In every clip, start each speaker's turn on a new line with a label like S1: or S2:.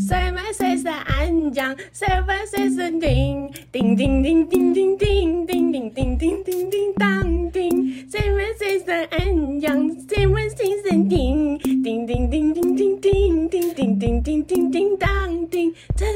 S1: Seven says the安江 ，Seven says the 叮叮叮叮叮叮叮叮叮叮叮叮叮当叮 ，Seven says the 安江 ，Seven says the 叮叮叮叮叮叮叮叮叮叮叮叮叮当叮，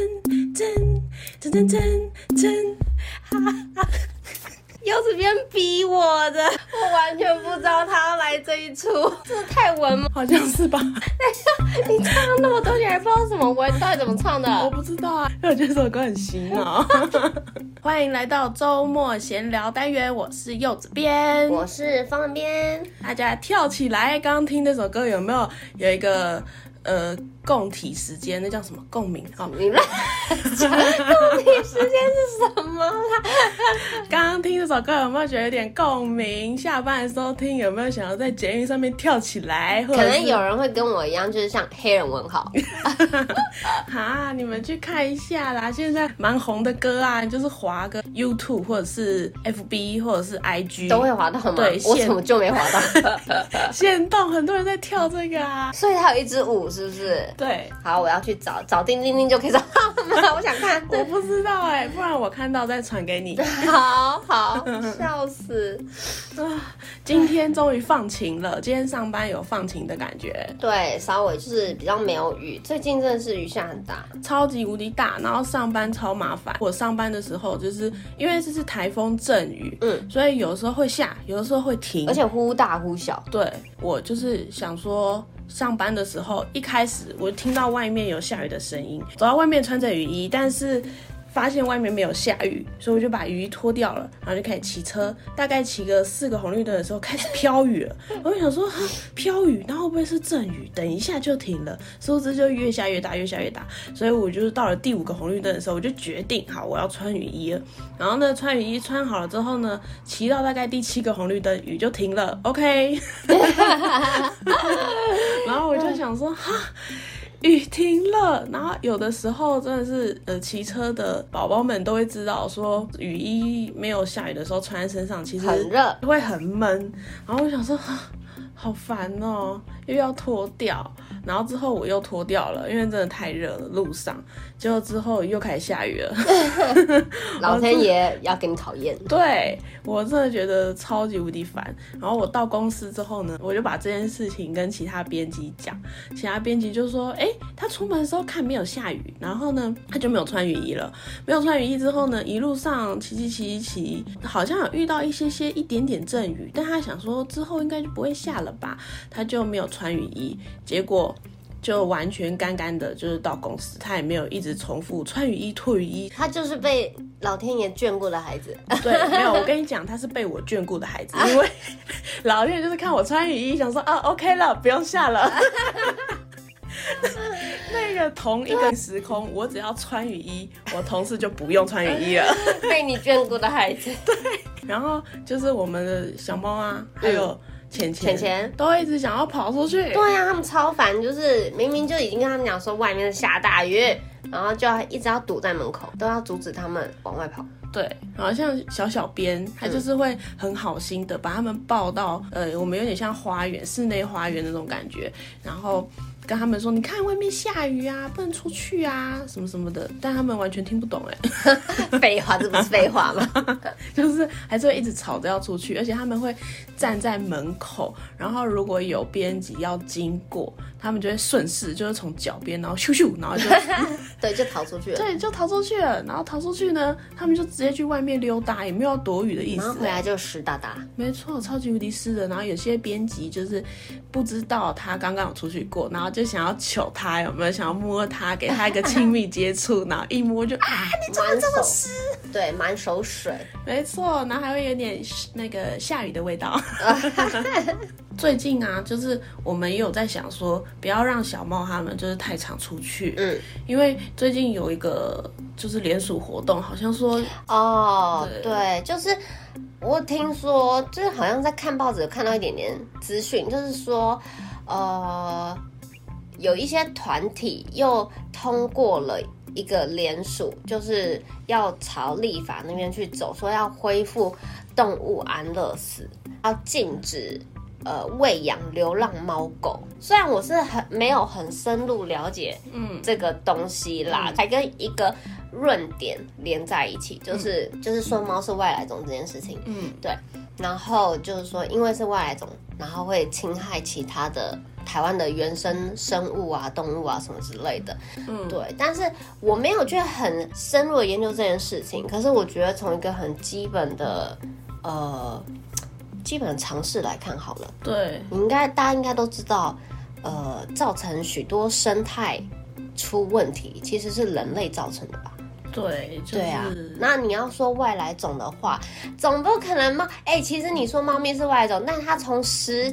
S1: 真，哈哈。柚子边逼我的，我完全不知道他要来这一出，这太文吗？好像是吧。等一下，你唱那么多，你还不知道什么文，你到底怎么唱的？我不知道啊，因为我觉得这首歌很洗脑。欢迎来到周末闲聊单元，我是柚子边，
S2: 我是方边。
S1: 大家跳起来！刚刚听那首歌有没有一个共体时间？那叫什么共鸣？
S2: 你乱讲，共体时间是什么啦？
S1: 刚刚听这首歌有没有觉得有点共鸣？下班的时候听有没有想要在捷运上面跳起来？
S2: 可能有人会跟我一样，就是像黑人问号。
S1: 哈，你们去看一下啦！现在蛮红的歌啊，就是滑个 YouTube 或者是 FB 或者是 IG
S2: 都会滑到吗？
S1: 对，
S2: 我怎么就没滑到？
S1: 限动很多人在跳这个啊，
S2: 所以它有一支舞是不是？
S1: 对，
S2: 好，我要去找叮叮叮就可以找到吗？我想看。
S1: 我不知道哎，不然我看到再传给你。
S2: 好，笑死！
S1: 今天终于放晴了，今天上班有放晴的感觉。
S2: 对，稍微就是比较没有雨，最近真的是雨下很大，
S1: 超级无敌大，然后上班超麻烦。我上班的时候就是因为这是台风阵雨，所以有时候会下，有的时候会停，
S2: 而且忽大忽小。
S1: 对，我就是想说。上班的时候，一开始我听到外面有下雨的声音，走到外面穿着雨衣，但是发现外面没有下雨，所以我就把雨衣脱掉了，然后就开始骑车。大概骑个4个红绿灯的时候，开始飘雨了。我就想说，飘雨，然后会不会是阵雨？等一下就停了，殊不知就越下越大，越下越大。所以我就是到了第5个红绿灯的时候，我就决定，好，我要穿雨衣了。然后呢，穿雨衣穿好了之后呢，骑到大概第7个红绿灯，雨就停了。OK。然后我就想说，雨停了，然后有的时候真的是骑车的宝宝们都会知道说，雨衣没有下雨的时候穿在身上，其实
S2: 很热，
S1: 会很闷。然后我想说，好烦哦，又要脱掉，然后之后我又脱掉了，因为真的太热了，路上。结果之后又开始下雨了。
S2: 老天爷要给你考验。
S1: 对，我真的觉得超级无敌烦。然后我到公司之后呢，我就把这件事情跟其他编辑讲，其他编辑就说，他出门的时候看没有下雨，然后呢他就没有穿雨衣了。没有穿雨衣之后呢，一路上骑，好像有遇到一点点阵雨，但他想说之后应该就不会下了吧，他就没有穿雨衣，结果就完全干干的，就是到公司，他也没有一直重复穿雨衣、脱雨衣。
S2: 他就是被老天爷眷顾的孩子。
S1: 对，没有，我跟你讲，他是被我眷顾的孩子，因为老天爷就是看我穿雨衣，想说OK 了，不用下了。那个同一个时空，我只要穿雨衣，我同事就不用穿雨衣了。
S2: 被你眷顾的孩子。
S1: 对，然后就是我们的小猫啊，还有钱都一直想要跑出去。
S2: 对啊，他们超烦，就是明明就已经跟他们讲说外面下大雨，然后就一直要堵在门口，都要阻止他们往外跑。
S1: 对，然后像小编，他就是会很好心的把他们抱到我们有点像花园，室内花园那种感觉，然后跟他们说，你看外面下雨啊，不能出去啊，什么什么的，但他们完全听不懂
S2: 废话，这不是废话吗？
S1: 就是还是会一直吵着要出去，而且他们会站在门口，然后如果有编辑要经过，他们就会顺势就是从脚边，然后咻咻，然后就
S2: 对，就逃出去了。
S1: 对，就逃出去了。然后逃出去呢，他们就直接去外面溜达，也没有要躲雨的意思。
S2: 然后回来就湿哒哒。
S1: 没错，超级无敌湿的。然后有些编辑就是不知道他刚刚有出去过，然后就想要求他有没有想要摸他，给他一个亲密接触，然后一摸就你怎么这么湿？
S2: 对，满手水。
S1: 没错，然后还会有点那个下雨的味道。最近啊，就是我们也有在想说，不要让小猫它们就是太常出去，因为最近有一个就是联署活动，好像说
S2: 对，就是我听说，就是好像在看报纸有看到一点点资讯，就是说有一些团体又通过了一个联署，就是要朝立法那边去走，说要恢复动物安乐死，要禁止喂养流浪猫狗。虽然我是没有很深入了解这个东西啦，才跟一个论点连在一起，就是说猫是外来种这件事情，对，然后就是说因为是外来种，然后会侵害其他的台湾的原生生物啊、动物啊什么之类的，对，但是我没有去很深入的研究这件事情，可是我觉得从一个很基本的常识来看好了，
S1: 对，
S2: 大家应该都知道，造成许多生态出问题，其实是人类造成的吧？
S1: 对，
S2: 对啊。那你要说外来种的话，总不可能其实你说猫咪是外来种，但它从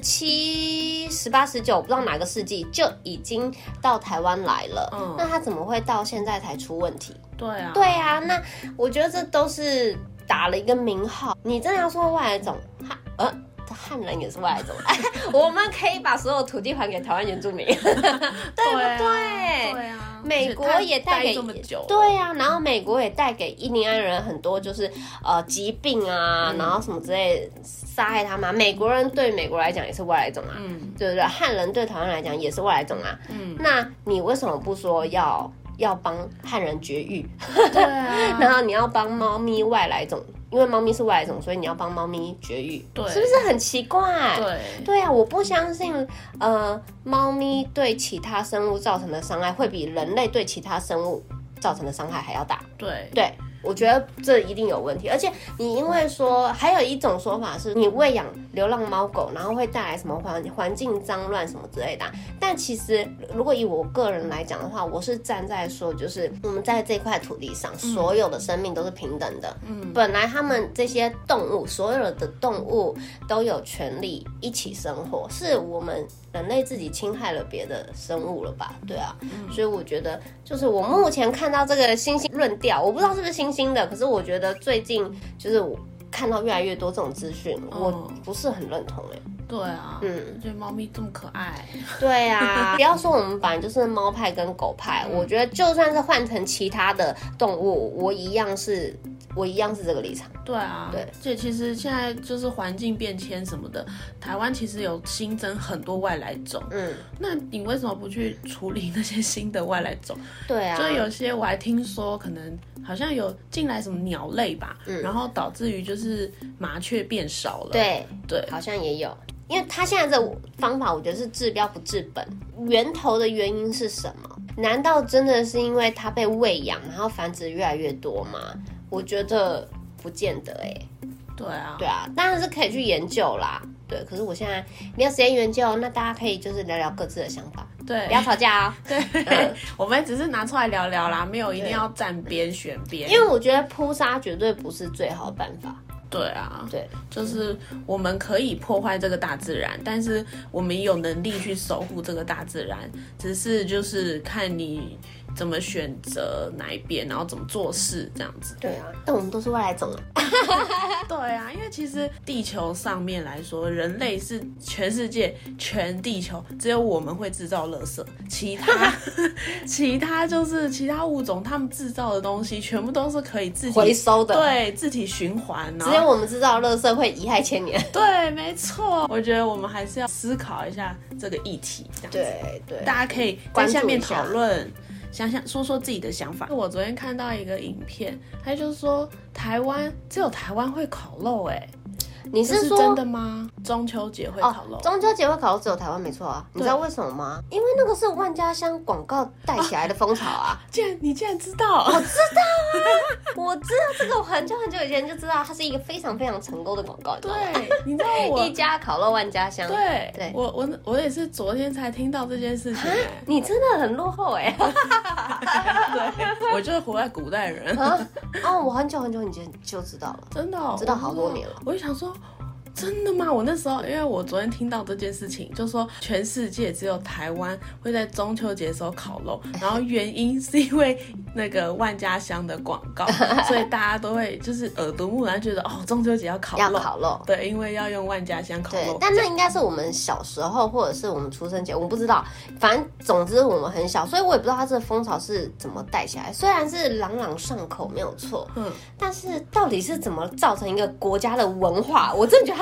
S2: 17、18、19，我不知道哪个世纪就已经到台湾来了，那它怎么会到现在才出问题？
S1: 对啊，
S2: 对啊。那我觉得这都是打了一个名号。你真的要说外来种，汉人也是外来种，我们可以把所有土地还给台湾原住民，对不对？
S1: 对啊，
S2: 美国也带给
S1: 这么久，
S2: 对啊，然后美国也带给印第安人很多就是疾病啊，然后什么之类杀害他们。美国人对美国来讲也是外来种啊，对不对？汉人对台湾来讲也是外来种啊，那你为什么不说要帮汉人绝育？
S1: 对啊，
S2: 然后你要帮猫咪外来种。因为猫咪是外来种，所以你要帮猫咪绝育，
S1: 对，
S2: 是不是很奇怪？
S1: 对
S2: 啊，我不相信，猫咪对其他生物造成的伤害会比人类对其他生物造成的伤害还要大。对，我觉得这一定有问题。而且你因为说，还有一种说法是，你喂养流浪猫狗，然后会带来什么环境脏乱什么之类的。但其实，如果以我个人来讲的话，我是站在说，就是我们在这块土地上，所有的生命都是平等的。本来他们这些动物，所有的动物都有权利一起生活，是我们人类自己侵害了别的生物了吧？对啊，所以我觉得，就是我目前看到这个新兴论调，我不知道是不是新兴的，可是我觉得最近就是我看到越来越多这种资讯，我不是很认同
S1: 对啊，觉得猫咪这么可爱。
S2: 对啊，不要说我们本来就是猫派跟狗派，我觉得就算是换成其他的动物，我一样是这个立场。
S1: 对啊，对，这其实现在就是环境变迁什么的，台湾其实有新增很多外来种。那你为什么不去处理那些新的外来种？
S2: 对啊，
S1: 就有些我还听说，可能好像有进来什么鸟类吧，然后导致于就是麻雀变少了。
S2: 对，
S1: 好
S2: 像也有。因为他现在这方法，我觉得是治标不治本。源头的原因是什么？难道真的是因为它被喂养，然后繁殖越来越多吗？我觉得不见得
S1: 对
S2: 啊，当然是可以去研究啦。对，可是我现在没有时间研究，那大家可以就是聊聊各自的想法，
S1: 对，
S2: 不要吵架哦。
S1: 对，我们只是拿出来聊聊啦，没有一定要站边选边。
S2: 因为我觉得扑杀绝对不是最好的办法。
S1: 对啊，
S2: 对，
S1: 就是我们可以破坏这个大自然，但是我们有能力去守护这个大自然，只是就是看你怎么选择哪一边，然后怎么做事这样子。
S2: 对啊，但我们都是外来种啊。
S1: 对啊，因为其实地球上面来说，人类是全世界全地球只有我们会制造垃圾，其他就是其他物种他们制造的东西全部都是可以自己
S2: 回收的，
S1: 对，自体循环，
S2: 只有我们制造的垃圾会遗害千年。
S1: 对，没错，我觉得我们还是要思考一下这个议题，这样子。
S2: 对，
S1: 大家可以在下面讨论。想说自己的想法。我昨天看到一个影片，他就说只有台湾会烤肉。
S2: 你是说
S1: 真的吗？中秋节会烤肉？
S2: 中秋节会烤肉只有台湾没错啊。你知道为什么吗？因为那个是万家香广告带起来的风潮啊。
S1: 你竟然知道？
S2: 我知道啊，我知道这个，我很久以前就知道，它是一个非常非常成功的广告。
S1: 对，你知道我
S2: 一家烤肉万家香。
S1: 对，我也是昨天才听到这件事情。
S2: 你真的很落后对，
S1: 我就是活在古代人。
S2: 我很久以前就知道了，
S1: 真的
S2: 知道好多年了。
S1: 我就想说。真的吗？我那时候，因为我昨天听到这件事情，就说全世界只有台湾会在中秋节的时候烤肉，然后原因是因为那个万家香的广告，所以大家都会就是耳濡目染，觉得中秋节要烤肉，对，因为要用万家香烤肉。
S2: 对，但那应该是我们小时候或者是我们出生节，我们不知道，反正总之我们很小，所以我也不知道它这个风潮是怎么带起来。虽然是朗朗上口没有错，但是到底是怎么造成一个国家的文化，我真的觉得它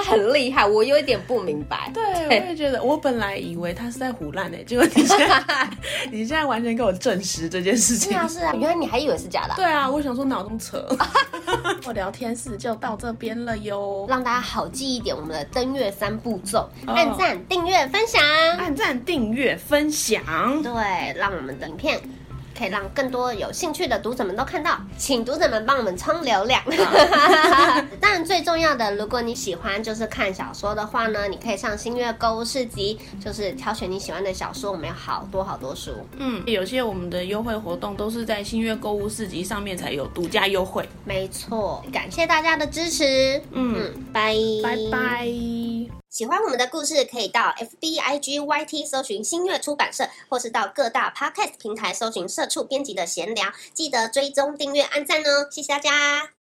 S2: 很厉害，我有一点不明白。
S1: 对，我也觉得，我本来以为他是在唬烂结果你现在完全给我证实这件事情。
S2: 是啊，原来你还以为是假的。
S1: 对啊，我想说哪有这么扯。我聊天室就到这边了哟，
S2: 让大家好记一点我们的登月3步骤：按赞、订阅、分享。
S1: 按赞、订阅、分享。
S2: 对，让我们的影片可以让更多有兴趣的读者们都看到，请读者们帮我们冲流量。当然最重要的，如果你喜欢就是看小说的话呢，你可以上新月购物市集，就是挑选你喜欢的小说，我们有好多书。
S1: 有些我们的优惠活动都是在新月购物市集上面才有独家优惠。
S2: 没错，感谢大家的支持。拜
S1: 拜。
S2: 喜欢我们的故事，可以到 FB、IG、YT 搜寻新月出版社，或是到各大 Podcast 平台搜寻社畜编辑的闲聊，记得追踪、订阅、按赞哦！谢谢大家。